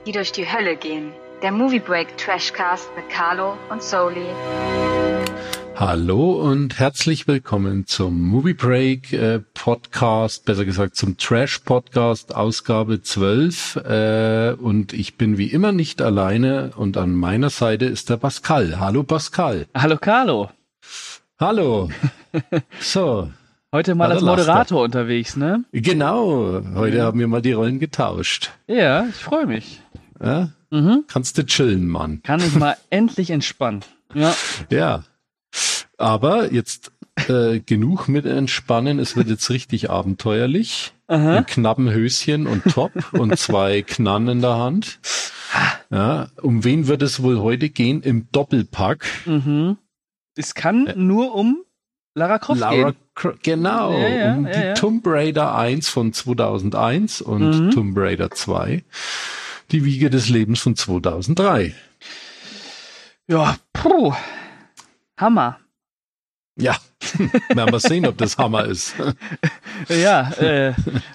die durch die Hölle gehen. Der Movie Break Trashcast mit Carlo und Soli. Hallo und herzlich willkommen zum Movie Break Podcast, besser gesagt zum Trash Podcast, Ausgabe 12. Und ich bin wie immer nicht alleine und an meiner Seite ist der Pascal. Hallo Pascal. Hallo Carlo. Hallo. So. Heute mal als Moderator unterwegs, ne? Genau. Heute haben wir mal die Rollen getauscht. Ja, ich freue mich. Ja? Kannst du chillen, Mann. Kann ich mal endlich entspannen. Ja. Ja. Aber jetzt genug mit Entspannen. Es wird jetzt richtig abenteuerlich. Aha. In knappen Höschen und Top und 2 Knarren in der Hand. Ja, um wen wird es wohl heute gehen im Doppelpack? Es kann nur um Lara Croft gehen. Genau, um die Tomb Raider 1 von 2001 und Tomb Raider 2, die Wiege des Lebens von 2003. Ja, Hammer. Ja, werden wir sehen, ob das Hammer ist. Ja,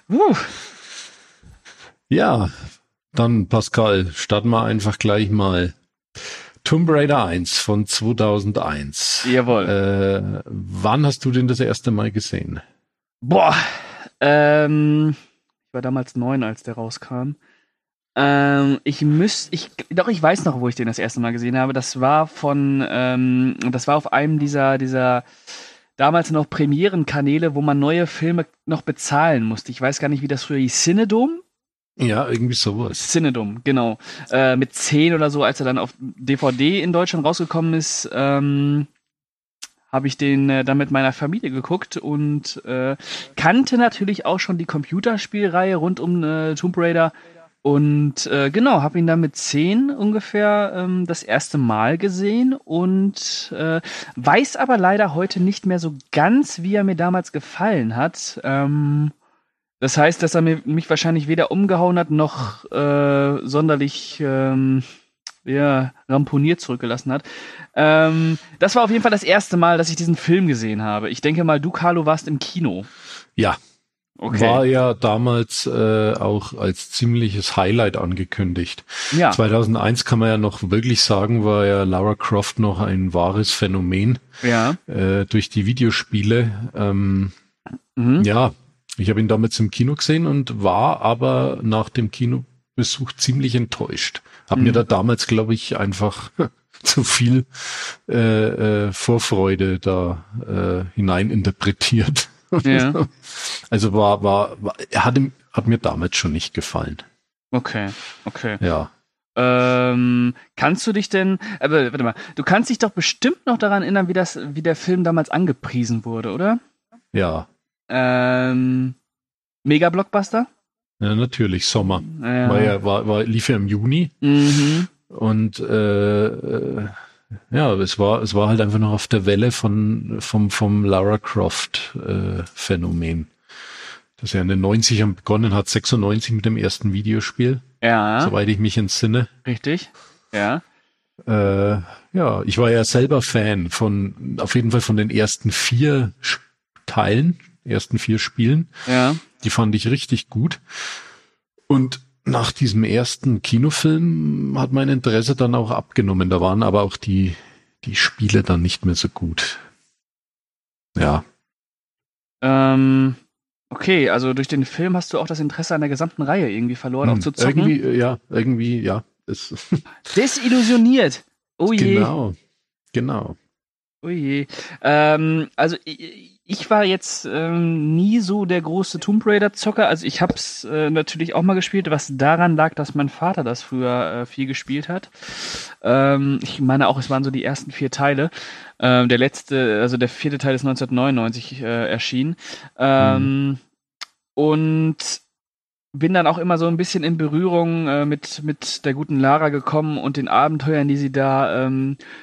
Ja, dann Pascal, starten wir einfach gleich mal. Tomb Raider 1 von 2001. Jawohl. Wann hast du den das erste Mal gesehen? Boah, ich war damals 9, als der rauskam. Ich weiß noch, wo ich den das erste Mal gesehen habe. Das war auf einem dieser damals noch Premierenkanäle, wo man neue Filme noch bezahlen musste. Ich weiß gar nicht, wie das früher hieß. Cinedom? Ja, irgendwie sowas. Cinedom, genau. Mit 10 oder so, als er dann auf DVD in Deutschland rausgekommen ist, habe ich den dann mit meiner Familie geguckt und kannte natürlich auch schon die Computerspielreihe rund um Tomb Raider und habe ihn dann mit 10 ungefähr das erste Mal gesehen und weiß aber leider heute nicht mehr so ganz, wie er mir damals gefallen hat. Das heißt, dass er mich wahrscheinlich weder umgehauen hat, noch sonderlich ramponiert zurückgelassen hat. Das war auf jeden Fall das erste Mal, dass ich diesen Film gesehen habe. Ich denke mal, du, Carlo, warst im Kino. Ja. Okay. War ja damals auch als ziemliches Highlight angekündigt. Ja. 2001 kann man ja noch wirklich sagen, war ja Lara Croft noch ein wahres Phänomen. Ja. Durch die Videospiele. Ja. Ich habe ihn damals im Kino gesehen und war aber nach dem Kinobesuch ziemlich enttäuscht. Hab mir da damals, glaube ich, einfach zu viel Vorfreude da hineininterpretiert. Ja. Also hat mir damals schon nicht gefallen. Okay. Ja. Kannst du dich denn, warte mal, du kannst dich doch bestimmt noch daran erinnern, wie der Film damals angepriesen wurde, oder? Ja. Mega-Blockbuster? Ja, natürlich, Sommer. Ja. Lief ja im Juni. Und es war halt einfach noch auf der Welle vom Lara Croft Phänomen. Das ja in den 90ern begonnen hat, 96 mit dem ersten Videospiel. Ja. Soweit ich mich entsinne. Richtig. Ja. Ich war ja selber Fan auf jeden Fall von den ersten 4 Teilen, ersten 4 Spielen. Ja. Die fand ich richtig gut. Und nach diesem ersten Kinofilm hat mein Interesse dann auch abgenommen. Da waren aber auch die Spiele dann nicht mehr so gut. Ja. Okay, also durch den Film hast du auch das Interesse an der gesamten Reihe irgendwie verloren, auch zu zocken? Irgendwie, ja. Desillusioniert. Oh je. Genau. Oh je. Also ich war jetzt nie so der große Tomb Raider-Zocker. Also ich hab's natürlich auch mal gespielt, was daran lag, dass mein Vater das früher viel gespielt hat. Ich meine auch, es waren so die ersten 4 Teile. Der 4. Teil ist 1999 erschienen. Und bin dann auch immer so ein bisschen in Berührung mit der guten Lara gekommen und den Abenteuern, die sie da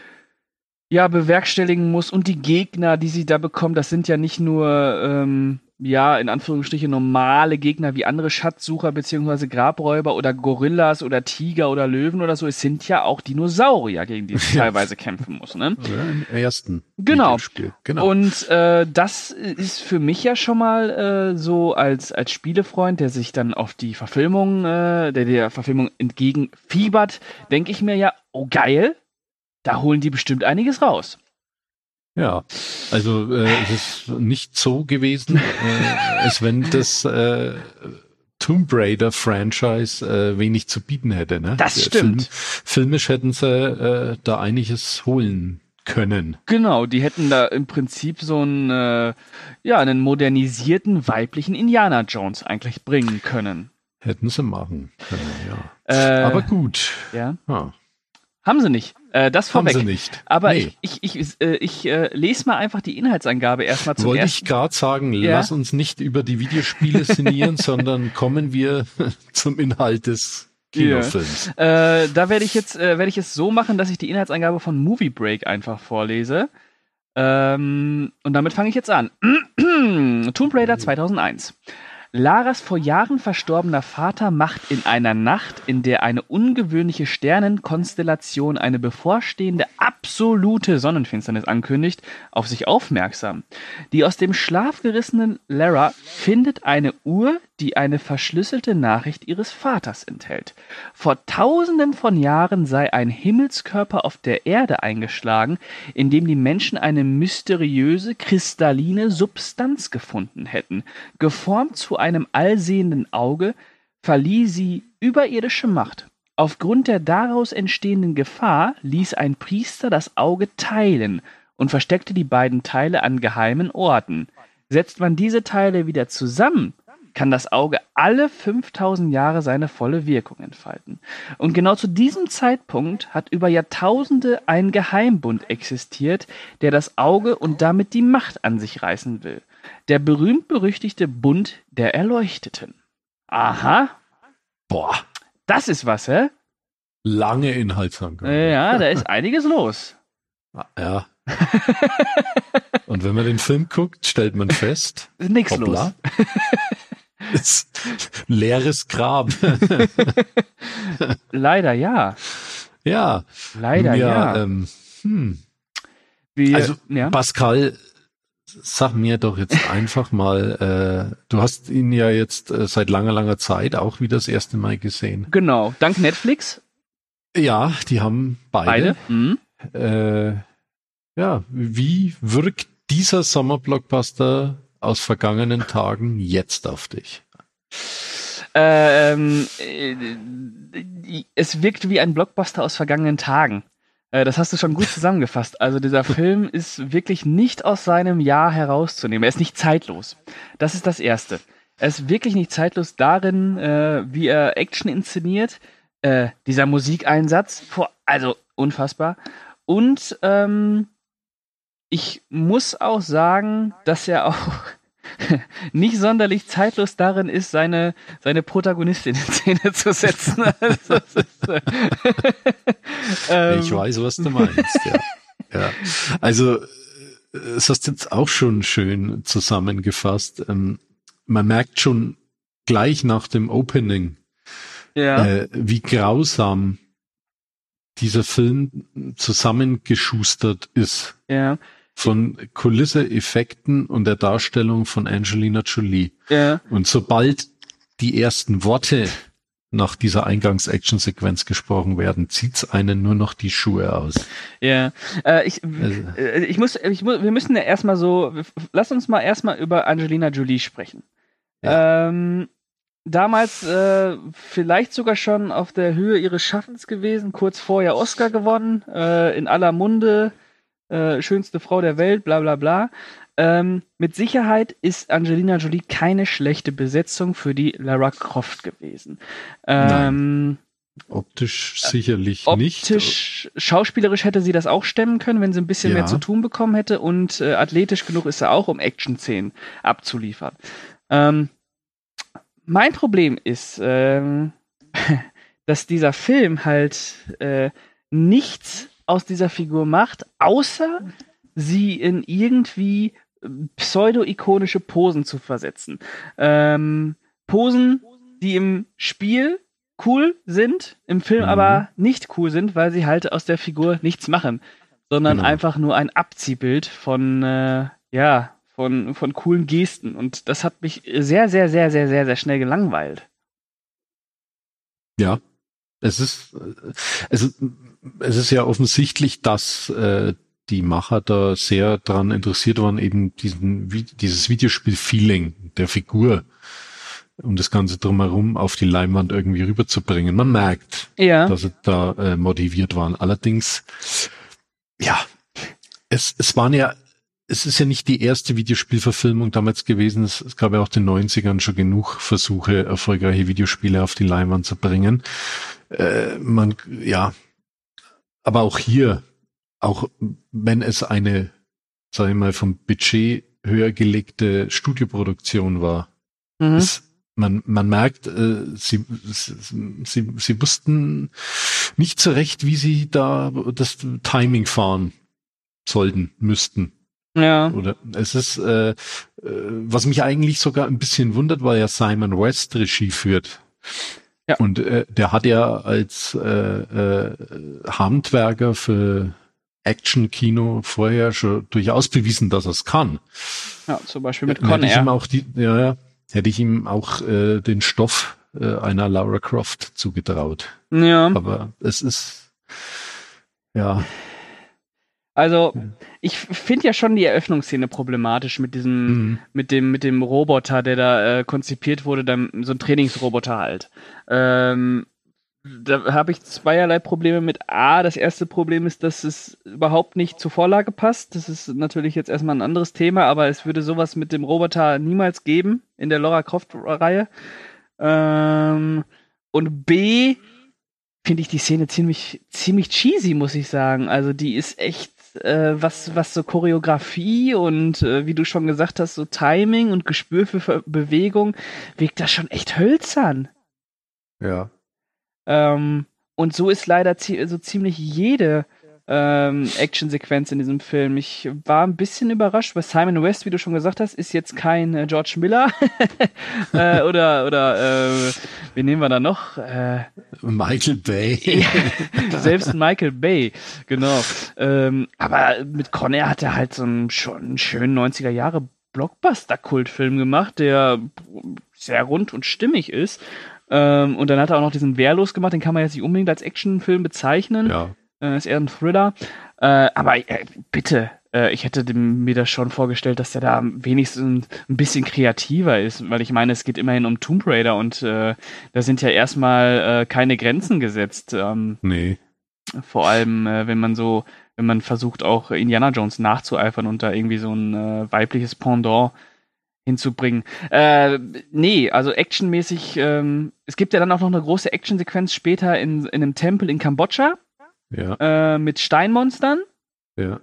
bewerkstelligen muss und die Gegner, die sie da bekommt, das sind ja nicht nur ja, in Anführungsstrichen normale Gegner wie andere Schatzsucher beziehungsweise Grabräuber oder Gorillas oder Tiger oder Löwen oder so. Es sind ja auch Dinosaurier, gegen die es teilweise kämpfen muss, ne? Ja, im ersten Genau. Videospiel. Genau. Und das ist für mich ja schon mal so als Spielefreund, der sich dann auf die Verfilmung, der Verfilmung entgegenfiebert, denke ich mir ja, oh geil, da holen die bestimmt einiges raus. Ja, also es ist nicht so gewesen, als wenn das Tomb Raider Franchise wenig zu bieten hätte. Ne? Das stimmt. Filmisch hätten sie da einiges holen können. Genau, die hätten da im Prinzip so einen modernisierten weiblichen Indiana Jones eigentlich bringen können. Hätten sie machen können, ja. Aber gut. Ja. Ja. Haben sie nicht. Das vorweg. Haben sie nicht. Aber nee. ich lese mal einfach die Inhaltsangabe erstmal zum Wollte ersten. ich gerade sagen, lass uns nicht über die Videospiele sinnieren, sondern kommen wir zum Inhalt des Kinofilms. Da werde ich es so machen, dass ich die Inhaltsangabe von Movie Break einfach vorlese. Und damit fange ich jetzt an. Tomb Raider 2001. Laras vor Jahren verstorbener Vater macht in einer Nacht, in der eine ungewöhnliche Sternenkonstellation eine bevorstehende absolute Sonnenfinsternis ankündigt, auf sich aufmerksam. Die aus dem Schlaf gerissene Lara findet eine Uhr, die eine verschlüsselte Nachricht ihres Vaters enthält. Vor Tausenden von Jahren sei ein Himmelskörper auf der Erde eingeschlagen, in dem die Menschen eine mysteriöse, kristalline Substanz gefunden hätten. Geformt zu einem allsehenden Auge, verlieh sie überirdische Macht. Aufgrund der daraus entstehenden Gefahr ließ ein Priester das Auge teilen und versteckte die beiden Teile an geheimen Orten. Setzt man diese Teile wieder zusammen, kann das Auge alle 5000 Jahre seine volle Wirkung entfalten. Und genau zu diesem Zeitpunkt hat über Jahrtausende ein Geheimbund existiert, der das Auge und damit die Macht an sich reißen will. Der berühmt-berüchtigte Bund der Erleuchteten. Aha. Boah. Das ist was, hä? Lange Inhaltsangabe. Ja, da ist einiges los. Ja. Und wenn man den Film guckt, stellt man fest, Ist nix hoppla, ist leeres Grab. Leider ja. Ja. Leider ja. Also Pascal, sag mir doch jetzt einfach mal, du hast ihn ja jetzt seit langer Zeit auch wieder das erste Mal gesehen. Genau, dank Netflix. Ja, die haben beide. Mhm. Ja, wie wirkt dieser Sommerblockbuster aus vergangenen Tagen jetzt auf dich? Es wirkt wie ein Blockbuster aus vergangenen Tagen. Das hast du schon gut zusammengefasst. Also dieser Film ist wirklich nicht aus seinem Jahr herauszunehmen. Er ist nicht zeitlos. Das ist das Erste. Er ist wirklich nicht zeitlos darin, wie er Action inszeniert. Dieser Musikeinsatz, also unfassbar. Und ich muss auch sagen, dass er auch nicht sonderlich zeitlos darin ist, seine Protagonistin in Szene zu setzen. Also, ich weiß, was du meinst, ja. Ja. Also, das hast du jetzt auch schon schön zusammengefasst. Man merkt schon gleich nach dem Opening, wie grausam dieser Film zusammengeschustert ist. Ja. Von Kulisse-Effekten und der Darstellung von Angelina Jolie. Ja. Und sobald die ersten Worte nach dieser Eingangs-Action-Sequenz gesprochen werden, zieht's einen nur noch die Schuhe aus. Ja, wir müssen ja erstmal lass uns mal erstmal über Angelina Jolie sprechen. Ja. Damals vielleicht sogar schon auf der Höhe ihres Schaffens gewesen, kurz vorher Oscar gewonnen, in aller Munde, schönste Frau der Welt, bla bla bla. Mit Sicherheit ist Angelina Jolie keine schlechte Besetzung für die Lara Croft gewesen. Nein. Optisch sicherlich nicht. Optisch, schauspielerisch hätte sie das auch stemmen können, wenn sie ein bisschen mehr zu tun bekommen hätte, und athletisch genug ist sie auch, um Action-Szenen abzuliefern. Mein Problem ist, dass dieser Film halt nichts aus dieser Figur macht, außer sie in irgendwie pseudo-ikonische Posen zu versetzen. Posen, die im Spiel cool sind, im Film aber nicht cool sind, weil sie halt aus der Figur nichts machen, sondern einfach nur ein Abziehbild von von coolen Gesten. Und das hat mich sehr, sehr, sehr, sehr, sehr, sehr schnell gelangweilt. Ja, es ist ja offensichtlich, dass die Macher da sehr dran interessiert waren, eben dieses Videospiel-Feeling der Figur, um das Ganze drumherum auf die Leinwand irgendwie rüberzubringen. Man merkt, dass sie da motiviert waren. Allerdings, ja, es ist ja nicht die erste Videospielverfilmung damals gewesen. Es gab ja auch in den 90ern schon genug Versuche, erfolgreiche Videospiele auf die Leinwand zu bringen. Aber auch hier, auch wenn es eine, sag ich mal, vom Budget höher gelegte Studioproduktion war, man merkt, sie wussten nicht so recht, wie sie da das Timing fahren müssten. Ja. Oder es ist, was mich eigentlich sogar ein bisschen wundert, weil ja Simon West Regie führt. Ja. Und der hat ja als Handwerker für Action-Kino vorher schon durchaus bewiesen, dass er es kann. Ja, zum Beispiel mit Con Air. Hätte ich ihm auch den Stoff einer Lara Croft zugetraut. Ja. Aber es ist, ja. Also, ich finde ja schon die Eröffnungsszene problematisch mit diesem, mit dem Roboter, der da konzipiert wurde, dann so ein Trainingsroboter halt. Da habe ich zweierlei Probleme mit. Das erste Problem ist, dass es überhaupt nicht zur Vorlage passt. Das ist natürlich jetzt erstmal ein anderes Thema, aber es würde sowas mit dem Roboter niemals geben in der Lara Croft-Reihe. Und B, finde ich die Szene ziemlich cheesy, muss ich sagen. Also die ist echt, was so Choreografie und wie du schon gesagt hast, so Timing und Gespür für Bewegung, wirkt das schon echt hölzern. Ja. Und so ist leider so ziemlich jede Actionsequenz in diesem Film. Ich war ein bisschen überrascht, weil Simon West, wie du schon gesagt hast, ist jetzt kein George Miller oder wen nehmen wir da noch? Michael Bay. Selbst Michael Bay, genau. Aber mit Con Air hat er halt schon einen schönen 90er Jahre Blockbuster-Kultfilm gemacht, der sehr rund und stimmig ist. Und dann hat er auch noch diesen Wehrlos gemacht, den kann man jetzt nicht unbedingt als Actionfilm bezeichnen. Ja. Ist eher ein Thriller. Aber bitte, ich hätte mir das schon vorgestellt, dass der da wenigstens ein bisschen kreativer ist, weil ich meine, es geht immerhin um Tomb Raider und da sind ja erstmal keine Grenzen gesetzt. Nee. Vor allem, wenn man versucht, auch Indiana Jones nachzueifern und da irgendwie so ein weibliches Pendant hinzubringen. Also actionmäßig, es gibt ja dann auch noch eine große Actionsequenz später in einem Tempel in Kambodscha. Ja. Mit Steinmonstern. Ja.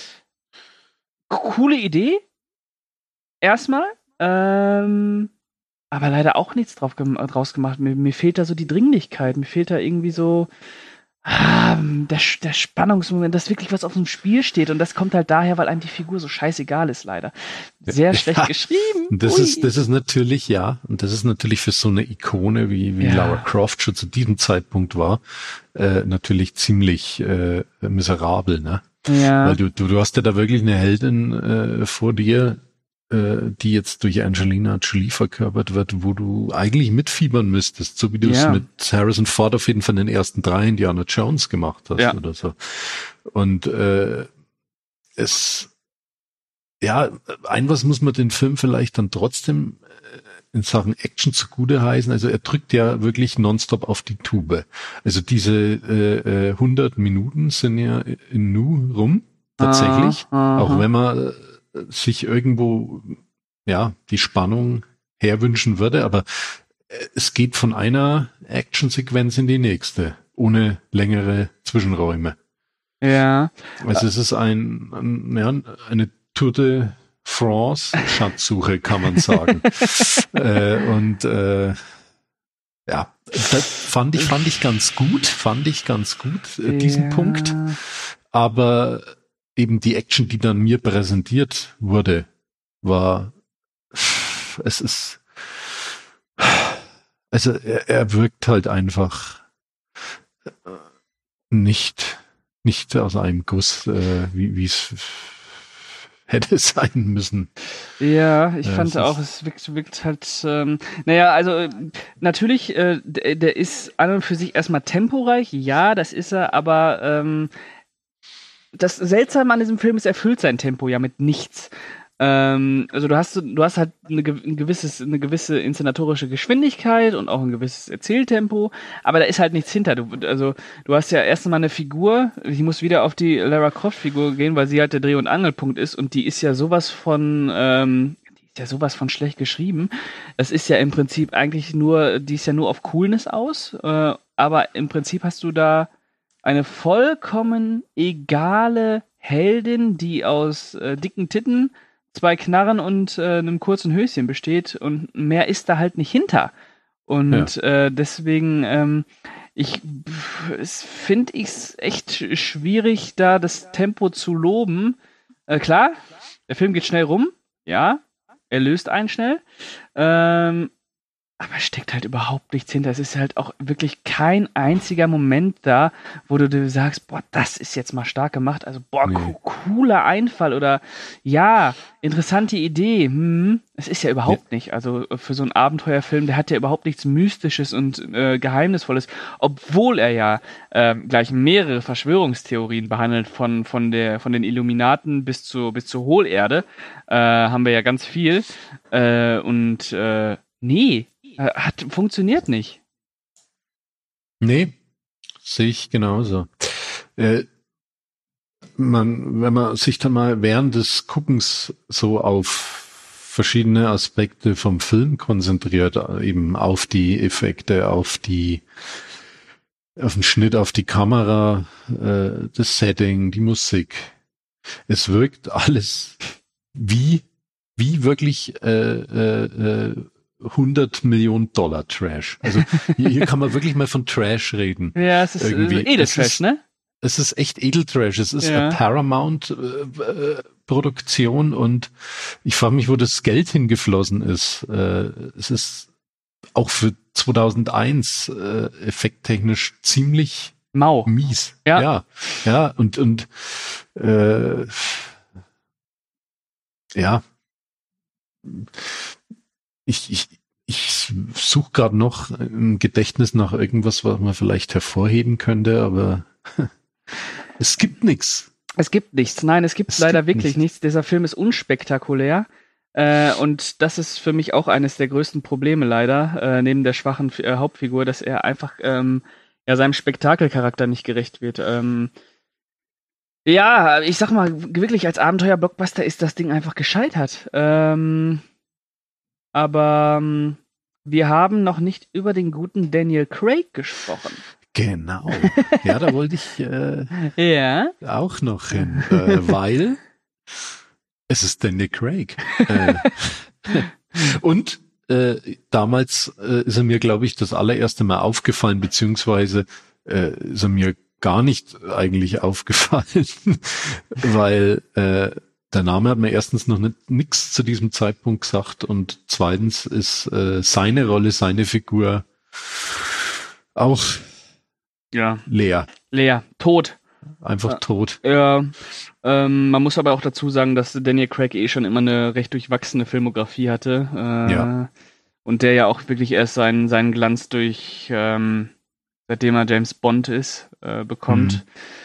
Coole Idee. Erstmal. Aber leider auch nichts draus gemacht. Mir fehlt da so die Dringlichkeit. Mir fehlt da irgendwie so der Spannungsmoment, dass wirklich was auf dem Spiel steht. Und das kommt halt daher, weil einem die Figur so scheißegal ist, leider. Sehr schlecht geschrieben. Das ist natürlich, und das ist natürlich für so eine Ikone wie Lara Croft schon zu diesem Zeitpunkt war, natürlich ziemlich miserabel, ne? Ja. Weil du hast ja da wirklich eine Heldin vor dir, die jetzt durch Angelina Jolie verkörpert wird, wo du eigentlich mitfiebern müsstest, so wie du es mit Harrison Ford auf jeden Fall in den ersten 3 Indiana Jones gemacht hast oder so. Und was muss man den Film vielleicht dann trotzdem in Sachen Action zugute heißen. Also er drückt ja wirklich nonstop auf die Tube. Also diese 100 Minuten sind ja in Nu rum, tatsächlich. Auch wenn man sich irgendwo die Spannung herwünschen würde, aber es geht von einer Actionsequenz in die nächste, ohne längere Zwischenräume. Ja. Also es ist eine Tour de France Schatzsuche, kann man sagen. Das fand ich ganz gut, diesen Punkt. Aber eben die Action, die dann mir präsentiert wurde, war, also er wirkt halt einfach nicht aus einem Guss, wie es hätte sein müssen. Ja, ich fand auch, es wirkt halt, natürlich, der ist an und für sich erstmal temporeich, ja, das ist er, aber das Seltsame an diesem Film ist, er füllt sein Tempo ja mit nichts. Also du hast halt eine gewisse inszenatorische Geschwindigkeit und auch ein gewisses Erzähltempo, aber da ist halt nichts hinter. Du hast ja erst einmal eine Figur, ich muss wieder auf die Lara Croft-Figur gehen, weil sie halt der Dreh- und Angelpunkt ist und die ist ja sowas von schlecht geschrieben. Das ist ja im Prinzip eigentlich die ist ja nur auf Coolness aus, aber im Prinzip hast du da eine vollkommen egale Heldin, die aus dicken Titten, 2 Knarren und einem kurzen Höschen besteht und mehr ist da halt nicht hinter. Und deswegen finde ich es echt schwierig, da das Tempo zu loben. Klar, der Film geht schnell rum, ja, er löst einen schnell, aber steckt halt überhaupt nichts hinter. Es ist halt auch wirklich kein einziger Moment da, wo du dir sagst, boah, das ist jetzt mal stark gemacht. Also, boah, cooler Einfall oder ja, interessante Idee. Es ist ja überhaupt nicht. Also für so einen Abenteuerfilm, der hat ja überhaupt nichts Mystisches und Geheimnisvolles, obwohl er ja gleich mehrere Verschwörungstheorien behandelt, von den Illuminaten bis zur Hohlerde. Haben wir ja ganz viel. Nee. Funktioniert nicht. Nee, sehe ich genauso. Wenn man sich dann mal während des Guckens so auf verschiedene Aspekte vom Film konzentriert, eben auf die Effekte, auf den Schnitt, auf die Kamera, das Setting, die Musik. Es wirkt alles wie wirklich 100 Millionen $100 Trash. Also hier kann man wirklich mal von Trash reden. Ja, es ist Edeltrash, ne? Es ist echt Edeltrash. Es ist eine Paramount-Produktion und ich frage mich, wo das Geld hingeflossen ist. Es ist auch für 2001 effekttechnisch ziemlich mau, mies. Ja, und Ich suche gerade noch im Gedächtnis nach irgendwas, was man vielleicht hervorheben könnte, aber es gibt nichts. Es gibt nichts. Nein, es gibt leider wirklich nichts. Dieser Film ist unspektakulär. Und das ist für mich auch eines der größten Probleme leider, neben der schwachen Hauptfigur, dass er einfach seinem Spektakelcharakter nicht gerecht wird. Ich sag mal, wirklich als Abenteuer-Blockbuster ist das Ding einfach gescheitert. Aber wir haben noch nicht über den guten Daniel Craig gesprochen. Genau. Ja, da wollte ich auch noch hin, weil es ist Daniel Craig. Und damals ist er mir, glaube ich, das allererste Mal aufgefallen, beziehungsweise ist er mir gar nicht eigentlich aufgefallen, weil der Name hat mir erstens noch nichts zu diesem Zeitpunkt gesagt und zweitens ist seine Rolle, seine Figur auch leer. Leer, tot. Einfach tot. Ja, man muss aber auch dazu sagen, dass Daniel Craig schon immer eine recht durchwachsene Filmografie hatte. Und der ja auch wirklich erst seinen Glanz durch, seitdem er James Bond ist, bekommt.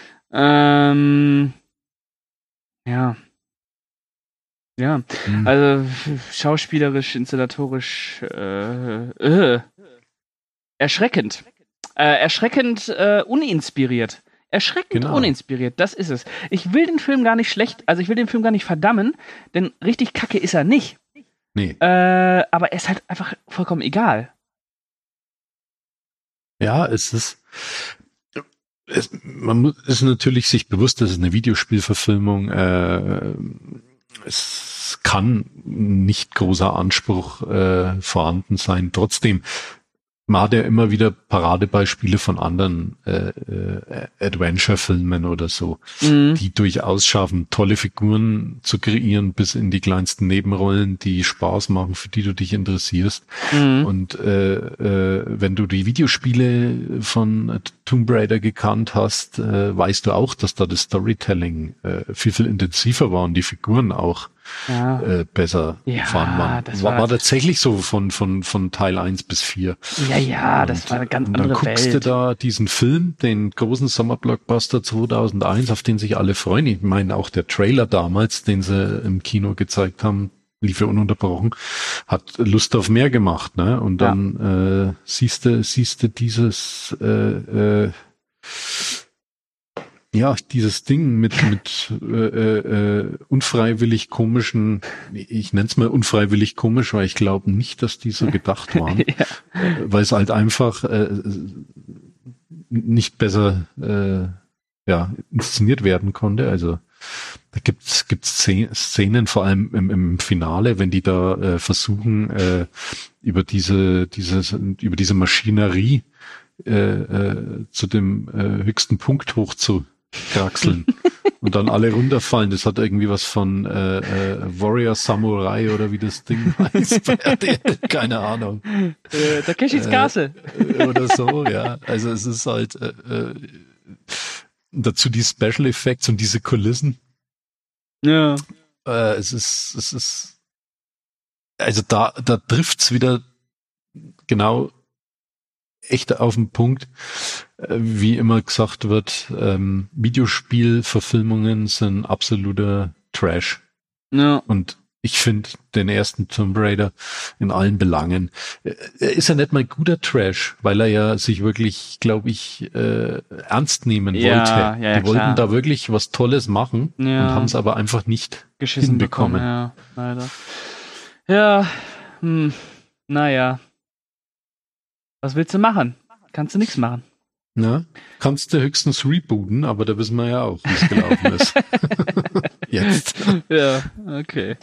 Also schauspielerisch, inszenatorisch erschreckend. Erschreckend uninspiriert. Uninspiriert, das ist es. Ich will den Film gar nicht verdammen, denn richtig kacke ist er nicht. Nee. Aber er ist halt einfach vollkommen egal. Ja, man ist natürlich sich bewusst, das ist eine Videospielverfilmung. Es kann nicht großer Anspruch vorhanden sein. Trotzdem, man hat ja immer wieder Paradebeispiele von anderen Adventure-Filmen oder so, die durchaus schaffen, tolle Figuren zu kreieren, bis in die kleinsten Nebenrollen, die Spaß machen, für die du dich interessierst. Und wenn du die Videospiele von Tomb Raider gekannt hast, weißt du auch, dass da das Storytelling viel, viel intensiver war und die Figuren auch besser waren. War tatsächlich so von Teil 1 bis 4. Ja, das war eine ganz andere Welt. Dann guckst du da diesen Film, den großen Sommerblockbuster 2001, auf den sich alle freuen. Ich meine, auch der Trailer damals, den sie im Kino gezeigt haben, lief ja ununterbrochen, hat Lust auf mehr gemacht, ne? Und dann siehst du dieses dieses Ding mit unfreiwillig komischen, ich nenne es mal unfreiwillig komisch, weil ich glaube nicht, dass die so gedacht waren, weil es halt einfach nicht besser inszeniert werden konnte. Also da gibt's Szenen, vor allem im Finale, wenn die da versuchen, über diese Maschinerie zu dem höchsten Punkt hoch zu kraxeln und dann alle runterfallen. Das hat irgendwie was von Warrior Samurai oder wie das Ding heißt. Keine Ahnung. Takeshis Castle. Oder so, ja. Also es ist halt dazu die Special Effects und diese Kulissen. Ja. Es ist also da trifft's wieder genau echt auf den Punkt, wie immer gesagt wird, Videospielverfilmungen sind absoluter Trash. Ja. Und ich finde den ersten Tomb Raider in allen Belangen, er ist ja nicht mal guter Trash, weil er ja sich wirklich, glaube ich, ernst nehmen wollte. Ja, die wollten da wirklich was Tolles machen und haben es aber einfach nicht hinbekommen. Ja, leider. Ja, naja. Was willst du machen? Kannst du nichts machen. Na, kannst du höchstens rebooten, aber da wissen wir ja auch, wie es gelaufen ist. Jetzt. Ja, okay.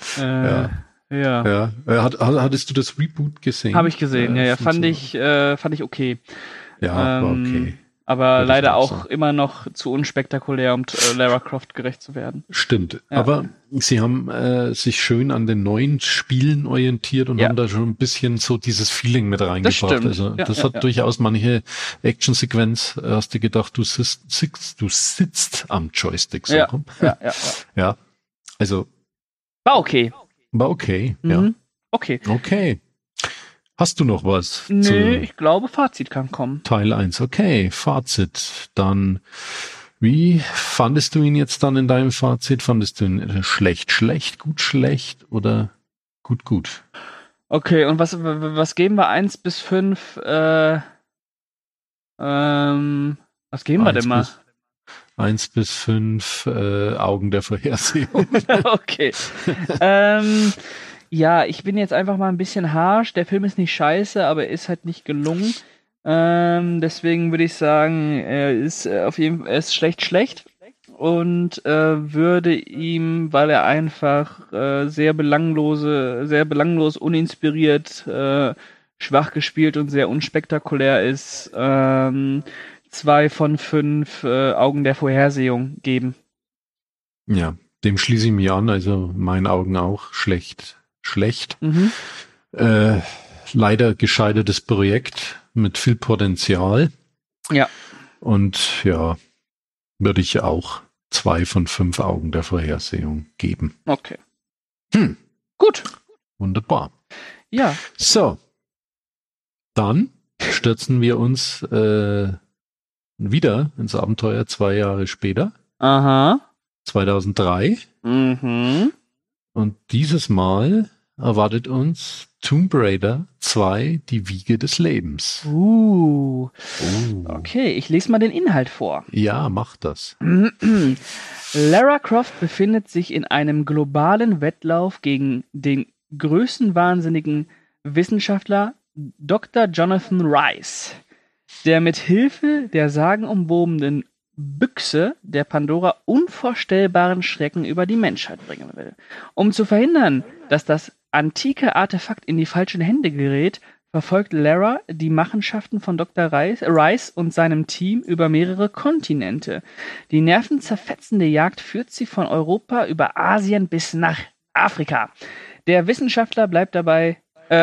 Ja. Hattest du das Reboot gesehen? Habe ich gesehen, fand ich okay. Ja, war okay. Aber leider auch immer noch zu unspektakulär, um Lara Croft gerecht zu werden. Stimmt. Ja. Aber sie haben sich schön an den neuen Spielen orientiert und haben da schon ein bisschen so dieses Feeling mit reingebracht. Das also das hat durchaus manche Actionsequenz, hast du gedacht, du sitzt am Joystick. So rum. Ja. Also. War okay. Ja. Okay. Hast du noch was? Nö, ich glaube, Fazit kann kommen. Teil 1, okay, Fazit. Dann, wie fandest du ihn jetzt dann in deinem Fazit? Fandest du ihn schlecht, gut, schlecht oder gut? Okay, und was geben wir? 1 bis 5? Was geben wir denn mal? 1 bis 5 Augen der Vorhersehung. Okay. Ja, ich bin jetzt einfach mal ein bisschen harsch. Der Film ist nicht scheiße, aber er ist halt nicht gelungen. Deswegen würde ich sagen, er ist schlecht. Und würde ihm, weil er einfach sehr belanglos, uninspiriert, schwach gespielt und sehr unspektakulär ist, 2 von 5 Augen der Vorhersehung geben. Ja, dem schließe ich mich an. Also in meinen Augen auch schlecht. Leider gescheitertes Projekt mit viel Potenzial. Ja. Und würde ich auch 2 von 5 Augen der Vorhersehung geben. Okay. Gut. Wunderbar. Ja. So. Dann stürzen wir uns wieder ins Abenteuer 2 Jahre später. Aha. 2003. Mhm. Und dieses Mal erwartet uns Tomb Raider 2, die Wiege des Lebens. Okay, ich lese mal den Inhalt vor. Ja, mach das. Lara Croft befindet sich in einem globalen Wettlauf gegen den größten wahnsinnigen Wissenschaftler Dr. Jonathan Rice, der mit Hilfe der sagenumwobenen Büchse der Pandora unvorstellbaren Schrecken über die Menschheit bringen will. Um zu verhindern, dass das antike Artefakt in die falschen Hände gerät, verfolgt Lara die Machenschaften von Dr. Rice und seinem Team über mehrere Kontinente. Die nervenzerfetzende Jagd führt sie von Europa über Asien bis nach Afrika. Der Wissenschaftler bleibt dabei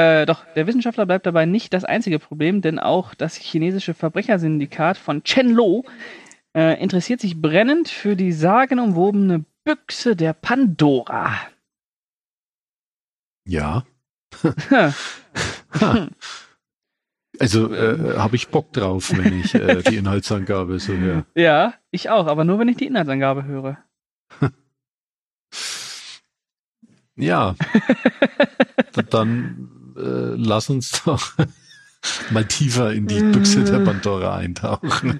nicht das einzige Problem, denn auch das chinesische Verbrechersyndikat von Chen Lo interessiert sich brennend für die sagenumwobene Büchse der Pandora. Ja. Also habe ich Bock drauf, wenn ich die Inhaltsangabe so höre. Ja, ich auch, aber nur wenn ich die Inhaltsangabe höre. Ja, dann lass uns doch mal tiefer in die Büchse der Pandora eintauchen.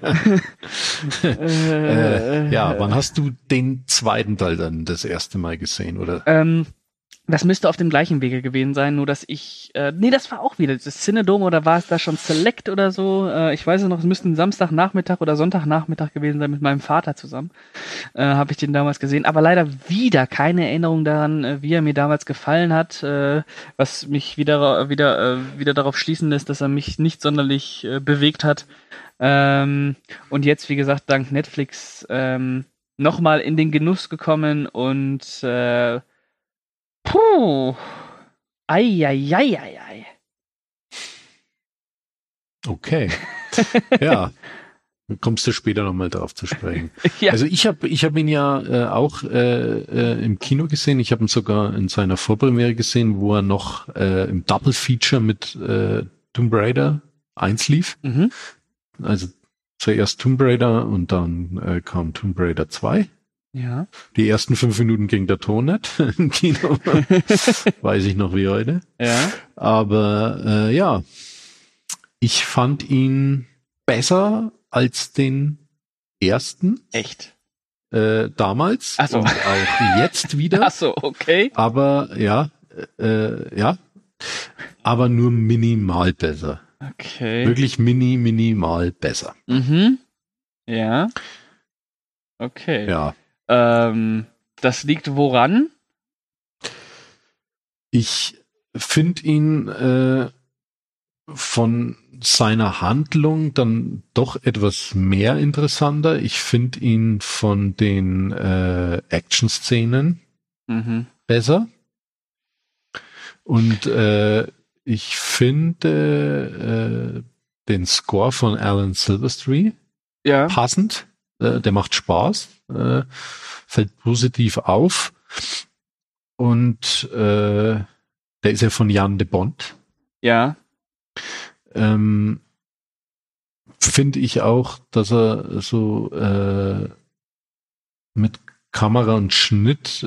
Ja, wann hast du den zweiten Teil dann das erste Mal gesehen, oder? Das müsste auf dem gleichen Wege gewesen sein, nur dass ich, das war auch wieder das Cinedome, oder war es da schon Select oder so? Ich weiß es noch, es müsste ein Samstagnachmittag oder Sonntagnachmittag gewesen sein mit meinem Vater zusammen. Habe ich den damals gesehen, aber leider wieder keine Erinnerung daran, wie er mir damals gefallen hat, was mich wieder darauf schließen lässt, dass er mich nicht sonderlich bewegt hat. Und jetzt, wie gesagt, dank Netflix nochmal in den Genuss gekommen und Ei. Okay. Ja. Dann kommst du später nochmal drauf zu sprechen. Ja. Also ich hab ihn ja auch im Kino gesehen. Ich habe ihn sogar in seiner Vorpremiere gesehen, wo er noch im Double Feature mit Tomb Raider 1 lief. Mhm. Also zuerst Tomb Raider und dann kam Tomb Raider 2. Ja. Die ersten 5 Minuten ging der Ton nicht im Kino. Weiß ich noch wie heute. Ja. Aber ja, ich fand ihn besser als den ersten. Echt? Damals. Ach so. Und auch jetzt wieder. Ach so, okay. Aber ja, aber nur minimal besser. Okay. Wirklich minimal besser. Mhm. Ja. Okay. Ja. Das liegt woran? Ich finde ihn von seiner Handlung dann doch etwas mehr interessanter. Ich finde ihn von den Action-Szenen besser. Und ich finde den Score von Alan Silvestri passend. Der macht Spaß, fällt positiv auf. Und der ist ja von Jan de Bont. Ja. Finde ich auch, dass er so mit Kamera und Schnitt,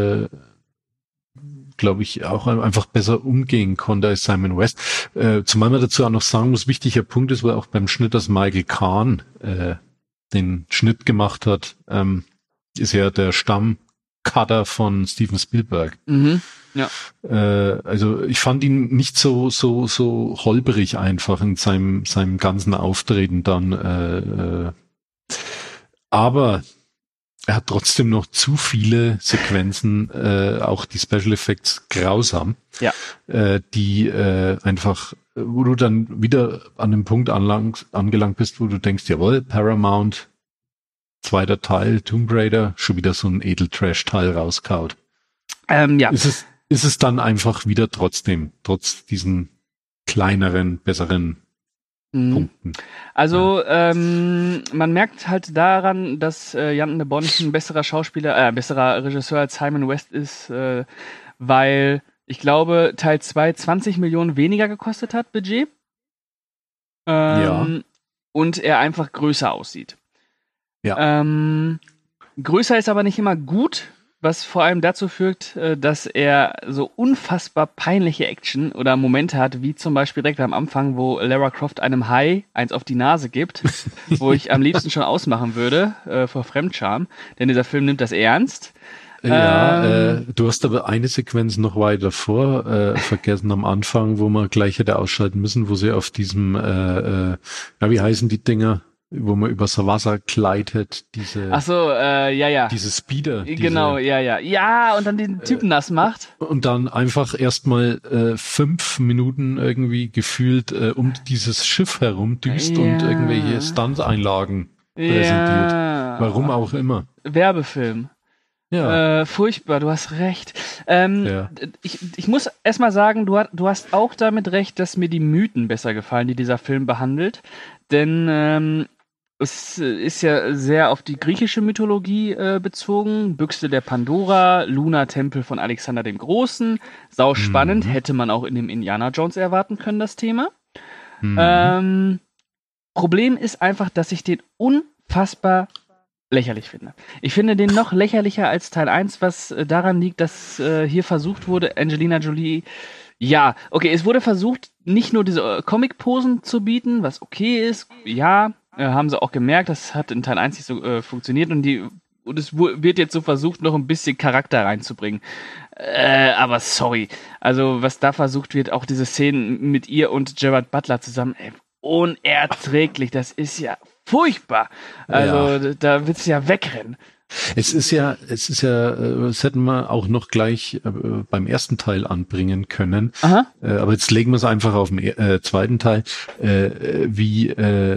glaube ich, auch einfach besser umgehen konnte als Simon West. Zumal man dazu auch noch sagen muss, wichtiger Punkt ist, weil auch beim Schnitt, dass Michael Kahn den Schnitt gemacht hat, ist ja der Stammcutter von Steven Spielberg. Mhm. Ja. Also ich fand ihn nicht so holperig einfach in seinem ganzen Auftreten dann. Aber er hat trotzdem noch zu viele Sequenzen, auch die Special Effects grausam, die einfach, wo du dann wieder an dem Punkt angelangt bist, wo du denkst, jawohl, Paramount, zweiter Teil, Tomb Raider, schon wieder so ein Edeltrash-Teil rauskaut. Ja. Ist es dann einfach wieder trotz diesen kleineren, besseren Punkten. Also man merkt halt daran, dass Jan de Bont ein besserer Regisseur als Simon West ist, weil ich glaube, Teil 2 20 Millionen weniger gekostet hat, Budget. Und er einfach größer aussieht. Ja. Größer ist aber nicht immer gut, was vor allem dazu führt, dass er so unfassbar peinliche Action oder Momente hat, wie zum Beispiel direkt am Anfang, wo Lara Croft einem Hai eins auf die Nase gibt, wo ich am liebsten schon ausmachen würde vor Fremdscham, denn dieser Film nimmt das ernst. Ja, du hast aber eine Sequenz noch weiter vor vergessen am Anfang, wo man gleich hätte ausschalten müssen, wo sie auf diesem, wie heißen die Dinger? wo man übers Wasser gleitet, Ach so, ja. diese Speeder. Genau, ja. Ja, und dann den Typen nass macht. Und dann einfach erstmal 5 Minuten irgendwie gefühlt um dieses Schiff herum düst und irgendwelche Stunt-Einlagen präsentiert. Warum auch immer. Werbefilm. Ja. Furchtbar, du hast recht. Ich muss erstmal sagen, du hast auch damit recht, dass mir die Mythen besser gefallen, die dieser Film behandelt. Denn es ist ja sehr auf die griechische Mythologie bezogen. Büchse der Pandora, Luna-Tempel von Alexander dem Großen. Sau spannend, hätte man auch in dem Indiana Jones erwarten können, das Thema. Problem ist einfach, dass ich den unfassbar lächerlich finde. Ich finde den noch lächerlicher als Teil 1, was daran liegt, dass hier versucht wurde, Angelina Jolie, ja, okay, es wurde versucht, nicht nur diese Comic-Posen zu bieten, was okay ist, ja, haben sie auch gemerkt, das hat in Teil 1 nicht so funktioniert und es wird jetzt so versucht, noch ein bisschen Charakter reinzubringen. Aber sorry, also was da versucht wird, auch diese Szenen mit ihr und Gerard Butler zusammen, unerträglich, das ist ja furchtbar. Also da willst du ja wegrennen. Es hätten wir auch noch gleich beim ersten Teil anbringen können. Aber jetzt legen wir es einfach auf den zweiten Teil, wie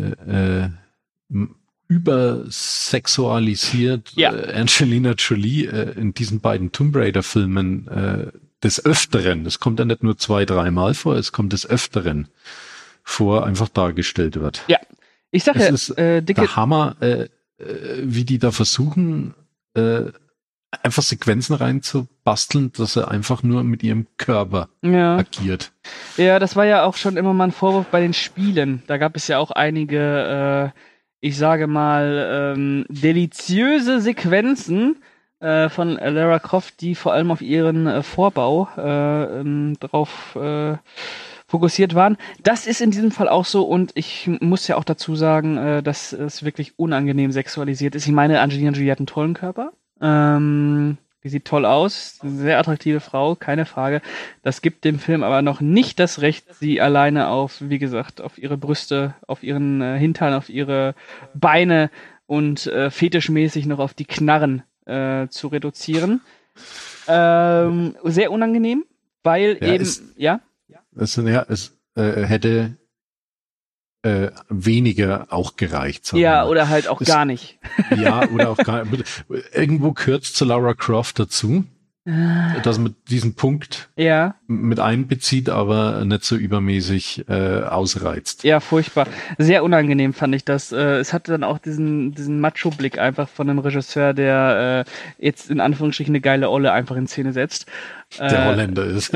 übersexualisiert Angelina Jolie in diesen beiden Tomb Raider Filmen des Öfteren, es kommt ja nicht nur 2-3 Mal vor, es kommt des Öfteren vor, einfach dargestellt wird. Ja, ich sage ja, ist der Hammer, wie die da versuchen, einfach Sequenzen reinzubasteln, dass er einfach nur mit ihrem Körper agiert. Ja, das war ja auch schon immer mal ein Vorwurf bei den Spielen. Da gab es ja auch einige, ich sage mal, deliziöse Sequenzen von Lara Croft, die vor allem auf ihren Vorbau drauf fokussiert waren. Das ist in diesem Fall auch so und ich muss ja auch dazu sagen, dass es wirklich unangenehm sexualisiert ist. Ich meine, Angelina Jolie hat einen tollen Körper. Die sieht toll aus. Eine sehr attraktive Frau, keine Frage. Das gibt dem Film aber noch nicht das Recht, sie alleine auf, wie gesagt, auf ihre Brüste, auf ihren Hintern, auf ihre Beine und fetischmäßig noch auf die Knarren zu reduzieren. Sehr unangenehm, weil es hätte weniger auch gereicht. Ja, oder halt auch gar nicht. Ja, oder auch gar nicht. Irgendwo gehört zu Lara Croft dazu, dass man diesen Punkt mit einbezieht, aber nicht so übermäßig ausreizt. Ja, furchtbar. Sehr unangenehm fand ich das. Es hatte dann auch diesen Macho-Blick einfach von einem Regisseur, der jetzt in Anführungsstrichen eine geile Olle einfach in Szene setzt. Der Holländer ist.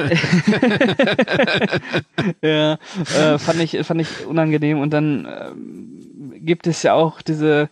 Ja, fand ich unangenehm. Und dann gibt es ja auch dieses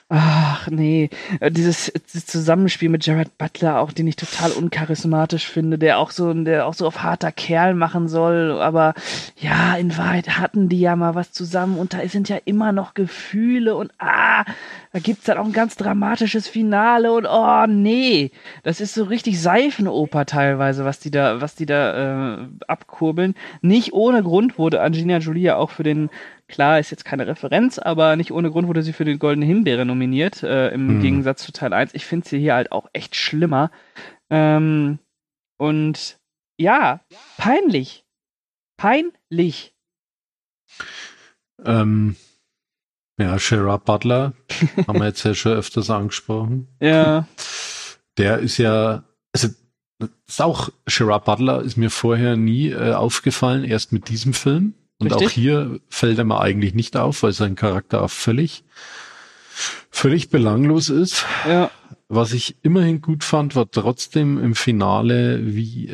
Zusammenspiel mit Gerard Butler, auch den ich total uncharismatisch finde, der auch so auf harter Kerl machen soll, aber ja, in Wahrheit hatten die ja mal was zusammen und da sind ja immer noch Gefühle und da gibt's dann auch ein ganz dramatisches Finale und das ist so richtig Seifenoper teilweise, was die da abkurbeln. Nicht ohne Grund wurde Angelina Jolie ja auch für den, klar, ist jetzt keine Referenz, aber nicht ohne Grund wurde sie für den Goldene Himbeere nominiert, im Gegensatz zu Teil 1. Ich finde sie hier halt auch echt schlimmer. Und ja, peinlich. Peinlich. Ja, Gerard Butler haben wir jetzt ja schon öfters angesprochen. Ja. Der ist ja, also ist auch, Gerard Butler ist mir vorher nie aufgefallen, erst mit diesem Film. Und Richtig? auch hier fällt er mir eigentlich nicht auf, weil sein Charakter auch völlig belanglos ist. Ja. Was ich immerhin gut fand, war trotzdem im Finale, wie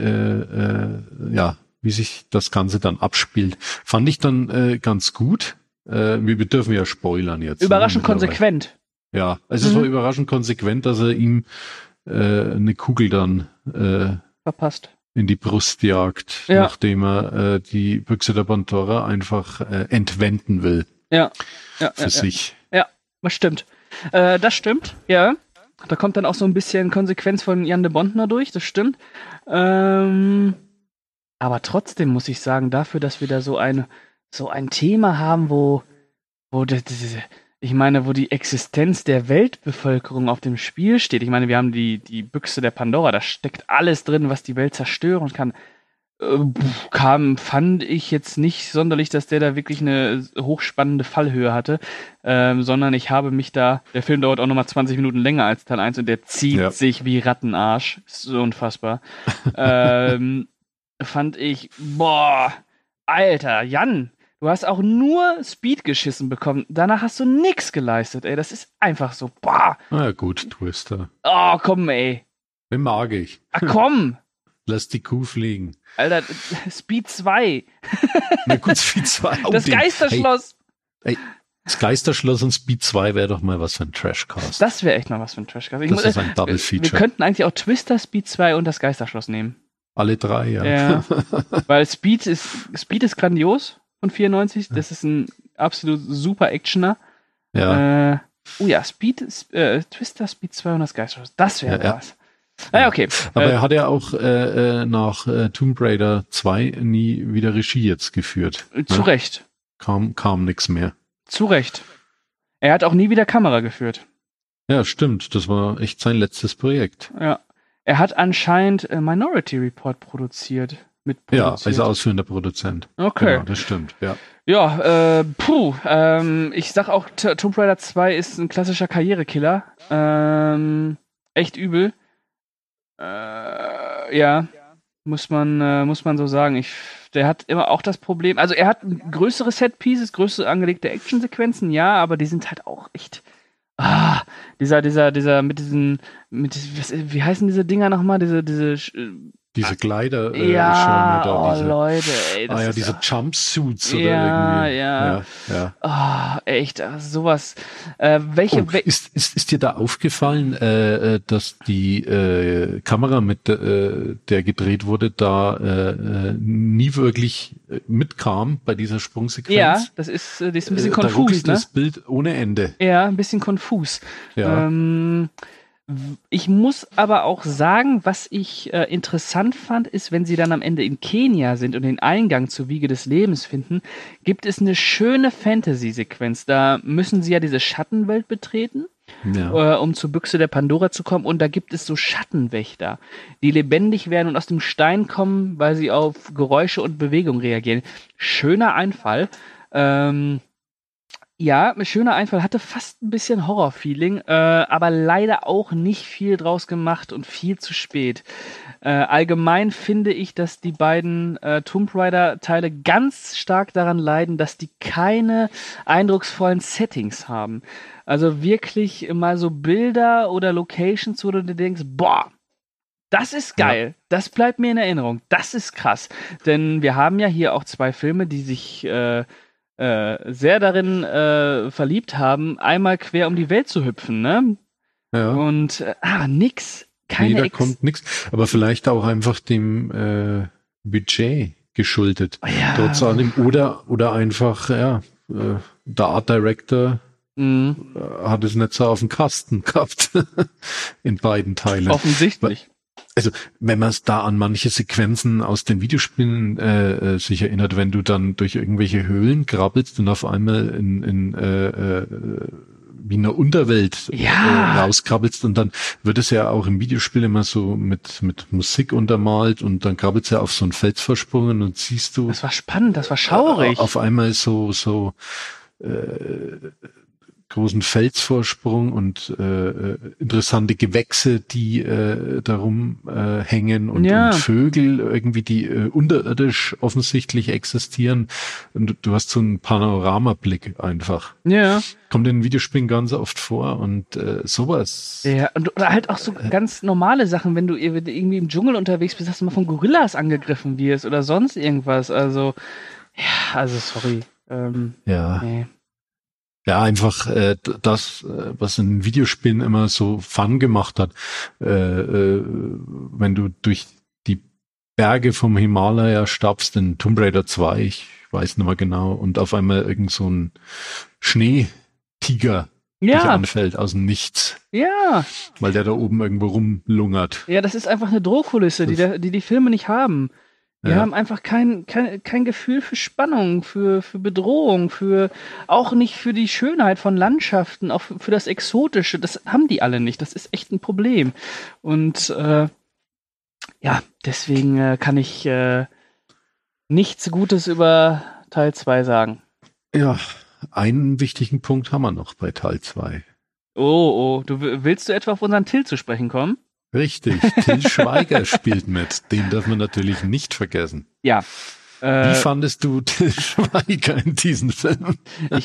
sich das Ganze dann abspielt. Fand ich dann ganz gut. Wir dürfen ja spoilern jetzt. Überraschend konsequent. Ja, es war überraschend konsequent, dass er ihm eine Kugel dann verpasst in die Brust jagt, nachdem er die Büchse der Pandora einfach entwenden will. Ja. Für sich. Ja, das stimmt. Das stimmt, ja. Da kommt dann auch so ein bisschen Konsequenz von Jan de Bondner durch, das stimmt. Aber trotzdem muss ich sagen, dafür, dass wir da so ein Thema haben, wo Ich meine, wo die Existenz der Weltbevölkerung auf dem Spiel steht. Ich meine, wir haben die Büchse der Pandora, da steckt alles drin, was die Welt zerstören kann. Fand ich jetzt nicht sonderlich, dass der da wirklich eine hochspannende Fallhöhe hatte, sondern ich habe mich da, der Film dauert auch nochmal 20 Minuten länger als Teil 1 und der zieht sich wie Rattenarsch. Ist so unfassbar. Fand ich, boah, Alter, Jan, du hast auch nur Speed geschissen bekommen. Danach hast du nix geleistet, ey. Das ist einfach so, boah. Na gut, Twister. Oh, komm, ey. Den mag ich. Ah, komm. Lass die Kuh fliegen. Alter, Speed 2. Na gut, Speed 2. Das Geisterschloss. Ey, das Geisterschloss und Speed 2 wäre doch mal was für ein Trashcast. Das wäre echt mal was für ein Trashcast. Das ist ein Double Feature. Wir könnten eigentlich auch Twister, Speed 2 und das Geisterschloss nehmen. Alle drei, ja. Weil Speed ist grandios von 94. Das ist ein absolut super Actioner. Ja. Twister, Speed 2 und das Geisterschloss. Das wäre was. Naja, okay. Aber er hat ja auch nach Tomb Raider 2 nie wieder Regie jetzt geführt. Zu Recht. Kam nix mehr. Zu Recht. Er hat auch nie wieder Kamera geführt. Ja, stimmt. Das war echt sein letztes Projekt. Ja. Er hat anscheinend Minority Report produziert. Ja, als ausführender Produzent. Okay. Genau, das stimmt, ja. Ja, ich sag auch, Tomb Raider 2 ist ein klassischer Karrierekiller. Echt übel. Ja, muss man so sagen. Der hat immer auch das Problem, also er hat größere Set-Pieces, größere angelegte Actionsequenzen, ja, aber die sind halt auch echt, dieser wie heißen diese Dinger nochmal, diese Kleider. Ja, da, Leute, ey. Das diese Jumpsuits oder irgendwie. Ja. Echt, sowas. Ist dir da aufgefallen, dass die Kamera, mit der gedreht wurde, da nie wirklich mitkam bei dieser Sprungsequenz? Ja, die ist ein bisschen konfus, da ruckelt ne? das Bild ohne Ende. Ja, ein bisschen konfus. Ja. Ich muss aber auch sagen, was ich interessant fand, ist, wenn sie dann am Ende in Kenia sind und den Eingang zur Wiege des Lebens finden, gibt es eine schöne Fantasy-Sequenz. Da müssen sie ja diese Schattenwelt betreten, um zur Büchse der Pandora zu kommen. Und da gibt es so Schattenwächter, die lebendig werden und aus dem Stein kommen, weil sie auf Geräusche und Bewegung reagieren. Schöner Einfall. Ja, ein schöner Einfall, hatte fast ein bisschen Horror-Feeling, aber leider auch nicht viel draus gemacht und viel zu spät. Allgemein finde ich, dass die beiden Tomb Raider-Teile ganz stark daran leiden, dass die keine eindrucksvollen Settings haben. Also wirklich mal so Bilder oder Locations, wo du dir denkst, boah, das ist geil, das bleibt mir in Erinnerung, das ist krass. Denn wir haben ja hier auch zwei Filme, die sich sehr darin verliebt haben, einmal quer um die Welt zu hüpfen, ne? Ja. Und nix. Keine kommt nix. Aber vielleicht auch einfach dem Budget geschuldet. Trotz allem. Oder einfach, der Art Director hat es nicht so auf dem Kasten gehabt. In beiden Teilen. Offensichtlich. Also, wenn man es da an manche Sequenzen aus den Videospielen sich erinnert, wenn du dann durch irgendwelche Höhlen krabbelst und auf einmal in wie in der Unterwelt rauskrabbelst und dann wird es ja auch im Videospiel immer so mit Musik untermalt und dann krabbelst du ja auf so einen Felsvorsprung und siehst du. Das war spannend, das war schaurig. Auf einmal so großen Felsvorsprung und interessante Gewächse, die darum hängen und Vögel irgendwie, die unterirdisch offensichtlich existieren. Und du hast so einen Panoramablick einfach. Ja. Kommt in den Videospielen ganz oft vor und sowas. Ja, oder halt auch so ganz normale Sachen, wenn du irgendwie im Dschungel unterwegs bist, dass du mal von Gorillas angegriffen wirst oder sonst irgendwas. Also, sorry. Nee. Ja, einfach das, was in Videospielen immer so Fun gemacht hat, wenn du durch die Berge vom Himalaya stapfst in Tomb Raider 2, ich weiß nicht mehr genau, und auf einmal irgend so ein Schneetiger dich anfällt aus dem Nichts. Ja. Weil der da oben irgendwo rumlungert. Ja, das ist einfach eine Drohkulisse, die Filme nicht haben. Die haben einfach kein Gefühl für Spannung, für Bedrohung, auch nicht für die Schönheit von Landschaften, auch für das Exotische. Das haben die alle nicht. Das ist echt ein Problem. Und deswegen kann ich nichts Gutes über Teil 2 sagen. Ja, einen wichtigen Punkt haben wir noch bei Teil 2. Oh, willst du etwa auf unseren Till zu sprechen kommen? Richtig, Till Schweiger spielt mit. Den darf man natürlich nicht vergessen. Ja. Wie fandest du Till Schweiger in diesem Film?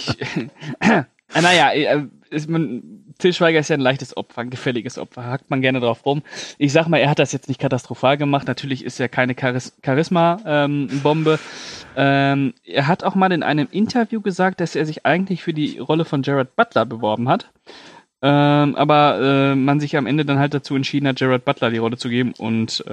Till Schweiger ist ja ein leichtes Opfer, ein gefälliges Opfer. Hackt man gerne drauf rum. Ich sag mal, er hat das jetzt nicht katastrophal gemacht. Natürlich ist er keine Charisma-Bombe. Er hat auch mal in einem Interview gesagt, dass er sich eigentlich für die Rolle von Gerard Butler beworben hat. Aber man sich am Ende dann halt dazu entschieden hat, Gerard Butler die Rolle zu geben und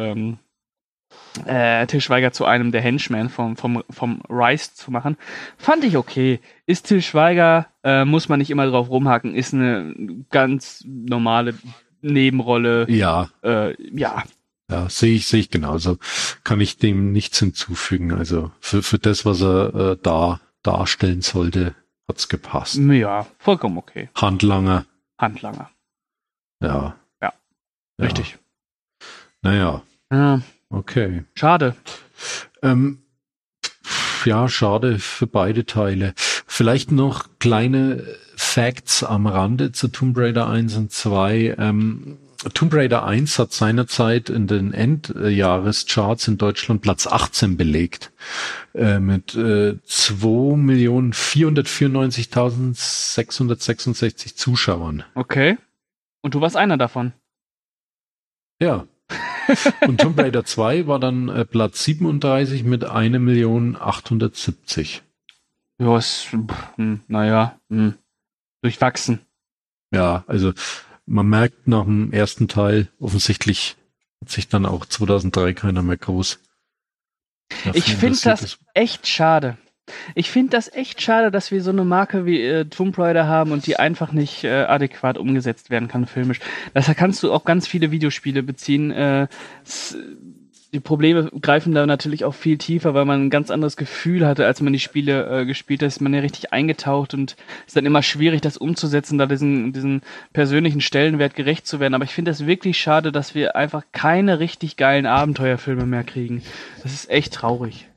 Till Schweiger zu einem der Henchmen vom Rice zu machen. Fand ich okay. Ist Till Schweiger, muss man nicht immer drauf rumhaken, ist eine ganz normale Nebenrolle. Ja. Ja, sehe ich genauso. Kann ich dem nichts hinzufügen. Also für das, was er darstellen sollte, hat's gepasst. Ja, vollkommen okay. Handlanger. Ja. Richtig. Naja. Ja. Okay. Schade. Schade für beide Teile. Vielleicht noch kleine Facts am Rande zu Tomb Raider 1 und 2. Tomb Raider 1 hat seinerzeit in den Endjahrescharts in Deutschland Platz 18 belegt. Mit 2.494.666 Zuschauern. Okay. Und du warst einer davon. Ja. Und Tomb Raider 2 war dann Platz 37 mit 1.870.000. Ja, durchwachsen. Ja, also man merkt nach dem ersten Teil, offensichtlich hat sich dann auch 2003 keiner mehr groß. Ich finde das echt schade. Dass wir so eine Marke wie Tomb Raider haben und die einfach nicht adäquat umgesetzt werden kann filmisch. Daher kannst du auch ganz viele Videospiele beziehen. Die Probleme greifen da natürlich auch viel tiefer, weil man ein ganz anderes Gefühl hatte, als man die Spiele gespielt hat. Ist man ja richtig eingetaucht und ist dann immer schwierig, das umzusetzen, da diesen persönlichen Stellenwert gerecht zu werden. Aber ich finde das wirklich schade, dass wir einfach keine richtig geilen Abenteuerfilme mehr kriegen. Das ist echt traurig.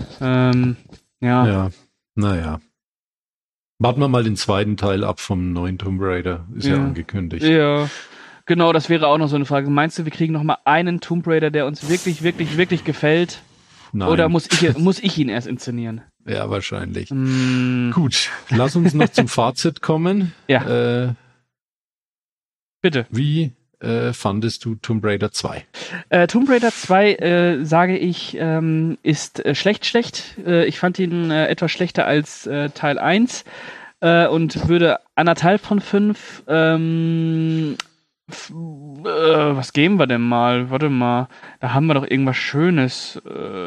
Ja, naja. Warten wir mal den zweiten Teil ab vom neuen Tomb Raider. Ist ja angekündigt. Ja, genau, das wäre auch noch so eine Frage. Meinst du, wir kriegen noch mal einen Tomb Raider, der uns wirklich, wirklich, wirklich gefällt? Nein. Oder muss ich ihn erst inszenieren? Ja, wahrscheinlich. Gut, lass uns noch zum Fazit kommen. Ja. Bitte. Wie fandest du Tomb Raider 2? Tomb Raider 2, sage ich, ist schlecht. Ich fand ihn etwas schlechter als Teil 1 und würde 1,5 von 5. Was geben wir denn mal? Warte mal, da haben wir doch irgendwas Schönes.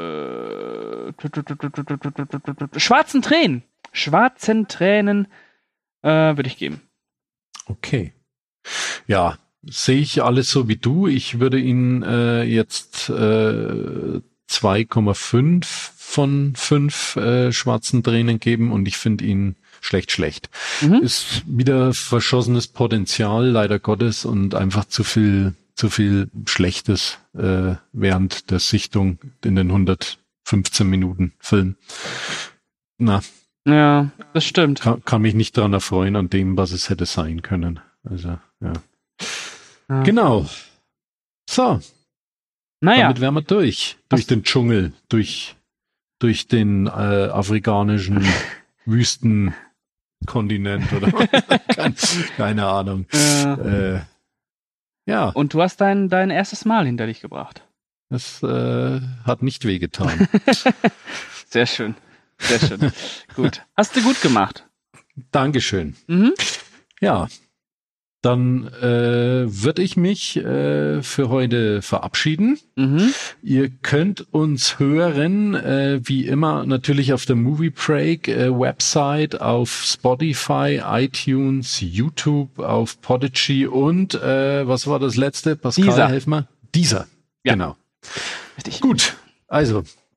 Schwarzen Tränen würde ich geben. Okay. Ja, sehe ich alles so wie du. Ich würde ihn jetzt 2,5 von 5 schwarzen Tränen geben und ich finde ihn schlecht. Ist wieder verschossenes Potenzial, leider Gottes, und einfach zu viel Schlechtes während der Sichtung in den 115 Minuten Film. Ja, das stimmt. Kann mich nicht dran erfreuen an dem, was es hätte sein können. Also, ja. Genau. So. Damit wären wir durch den Dschungel, durch den afrikanischen Wüstenkontinent oder keine Ahnung. Ja. Und du hast dein erstes Mal hinter dich gebracht. Das hat nicht wehgetan. Sehr schön. Gut. Hast du gut gemacht. Dankeschön. Ja. Dann würde ich mich für heute verabschieden. Ihr könnt uns hören, wie immer natürlich auf der Movie Break Website, auf Spotify, iTunes, YouTube, auf Podigy und was war das letzte? Pascal, helf mal. Dieser. Ja. Genau. Richtig. Gut. Also,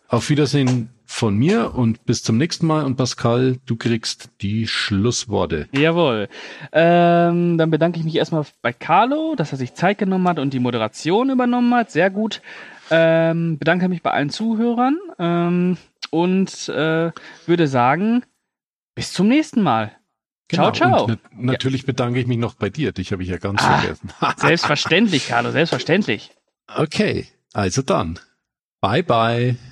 auf Wiedersehen von mir und bis zum nächsten Mal. Und Pascal, du kriegst die Schlussworte. Jawohl. Dann bedanke ich mich erstmal bei Carlo, dass er sich Zeit genommen hat und die Moderation übernommen hat. Sehr gut. Bedanke mich bei allen Zuhörern und würde sagen, bis zum nächsten Mal. Genau. Ciao, ciao. Und natürlich bedanke ich mich noch bei dir. Dich habe ich ja ganz vergessen. Selbstverständlich, Carlo, selbstverständlich. Okay, also dann. Bye, bye.